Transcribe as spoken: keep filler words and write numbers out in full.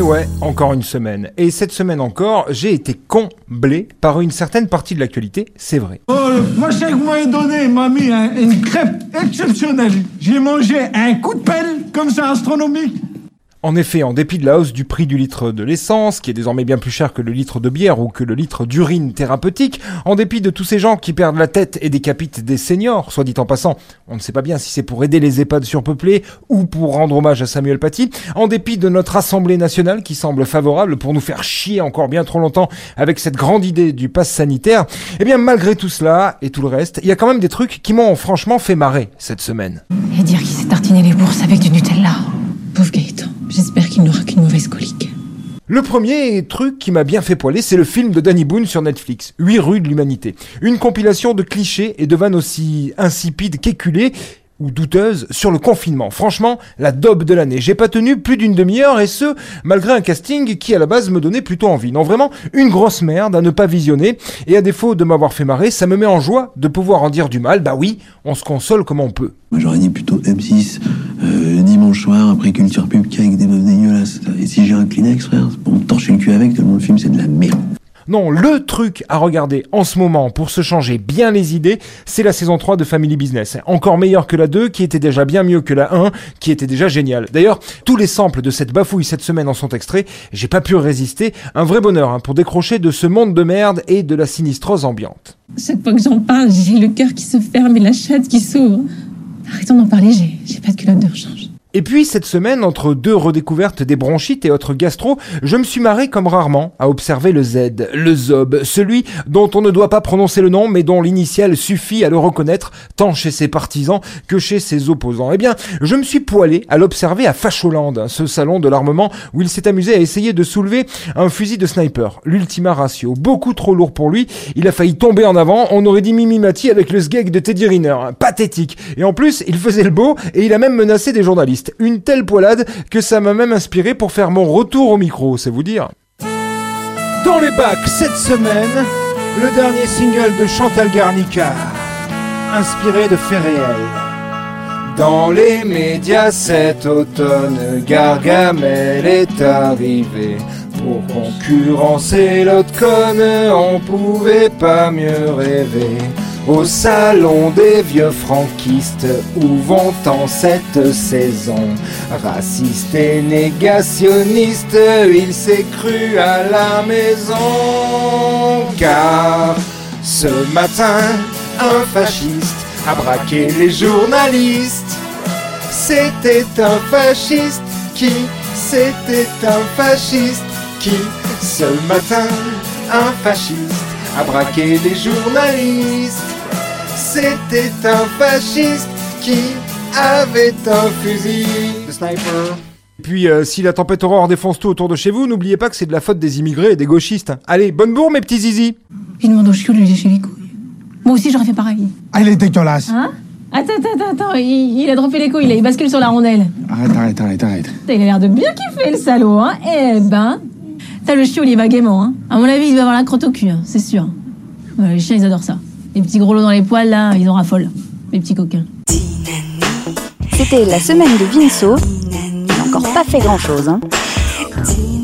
ouais, encore une semaine. Et cette semaine encore, j'ai été comblé par une certaine partie de l'actualité, c'est vrai. Oh, moi, je sais que vous m'avez donné, mamie, hein, une crêpe exceptionnelle. J'ai mangé un coup de pelle, comme ça, astronomique. En effet, en dépit de la hausse du prix du litre de l'essence, qui est désormais bien plus cher que le litre de bière ou que le litre d'urine thérapeutique, en dépit de tous ces gens qui perdent la tête et décapitent des seniors, soit dit en passant, on ne sait pas bien si c'est pour aider les EHPAD surpeuplés ou pour rendre hommage à Samuel Paty, en dépit de notre Assemblée nationale qui semble favorable pour nous faire chier encore bien trop longtemps avec cette grande idée du pass sanitaire, eh bien malgré tout cela et tout le reste, il y a quand même des trucs qui m'ont franchement fait marrer cette semaine. Et dire qu'il s'est tartiné les bourses avec du Nutella. Pauvre Gaëtan. J'espère qu'il n'aura qu'une mauvaise colique. Le premier truc qui m'a bien fait poiler, c'est le film de Danny Boone sur Netflix, huit rues de l'humanité. Une compilation de clichés et de vannes aussi insipides qu'éculées ou douteuses sur le confinement. Franchement, la daube de l'année. J'ai pas tenu plus d'une demi-heure et ce, malgré un casting qui à la base me donnait plutôt envie. Non, vraiment, une grosse merde à ne pas visionner. Et à défaut de m'avoir fait marrer, ça me met en joie de pouvoir en dire du mal. Bah oui, on se console comme on peut. Moi j'aurais dit plutôt M six, euh, dimanche soir, après Culture Pub avec des meufs dégueulasses. Et si j'ai un Kleenex, frère, c'est pour me torcher le cul avec, tellement le film c'est de la merde. Non, le truc à regarder en ce moment pour se changer bien les idées, c'est la saison trois de Family Business. Encore meilleure que la deux, qui était déjà bien mieux que la un, qui était déjà géniale. D'ailleurs, tous les samples de cette bafouille cette semaine en sont extraits. J'ai pas pu résister. Un vrai bonheur hein, pour décrocher de ce monde de merde et de la sinistrose ambiante. Chaque fois que j'en parle, j'ai le cœur qui se ferme et la chatte qui s'ouvre. Arrêtons d'en parler, j'ai, j'ai pas de culotte de rechange. Et puis cette semaine, entre deux redécouvertes des bronchites et autres gastro, je me suis marré comme rarement à observer le Z, le zob, celui dont on ne doit pas prononcer le nom mais dont l'initiale suffit à le reconnaître tant chez ses partisans que chez ses opposants. Eh bien, je me suis poilé à l'observer à Facholand, ce salon de l'armement où il s'est amusé à essayer de soulever un fusil de sniper, l'Ultima Ratio, beaucoup trop lourd pour lui, il a failli tomber en avant, on aurait dit Mimi Mati avec le sgeg de Teddy Riner, pathétique. Et en plus, il faisait le beau et il a même menacé des journalistes. Une telle poilade que ça m'a même inspiré pour faire mon retour au micro, c'est vous dire. Dans les bacs, cette semaine, le dernier single de Chantal Garnica, inspiré de faits réels. Dans les médias cet automne, Gargamel est arrivé. Pour concurrencer l'autre conne, on pouvait pas mieux rêver. Au salon des vieux franquistes, où vont en cette saison, raciste et négationniste, il s'est cru à la maison. Car ce matin, un fasciste a braqué les journalistes. C'était un fasciste qui, c'était un fasciste qui, ce matin, un fasciste a braqué les journalistes. C'était un fasciste qui avait un fusil de sniper. Et puis, euh, si la tempête aurore défonce tout autour de chez vous, n'oubliez pas que c'est de la faute des immigrés et des gauchistes. Allez, bonne bourre mes petits zizi. Il demande au chiot de lui lécher les couilles. Moi aussi j'aurais fait pareil. Ah, il est dégueulasse. Hein? Attends, attends, attends, il, il a droppé les couilles là, il bascule sur la rondelle. Arrête, arrête, arrête, arrête. Il a l'air de bien kiffer le salaud, hein. Eh ben, t'as le chiot, il y va gaiement, hein. À mon avis, il va avoir la crotte au cul, hein, c'est sûr. Ouais, les chiens, ils adorent ça. Les petits gros lots dans les poils, là, ils en raffolent. Les petits coquins. C'était la semaine de Vinceau. Il n'a encore pas fait grand-chose, hein.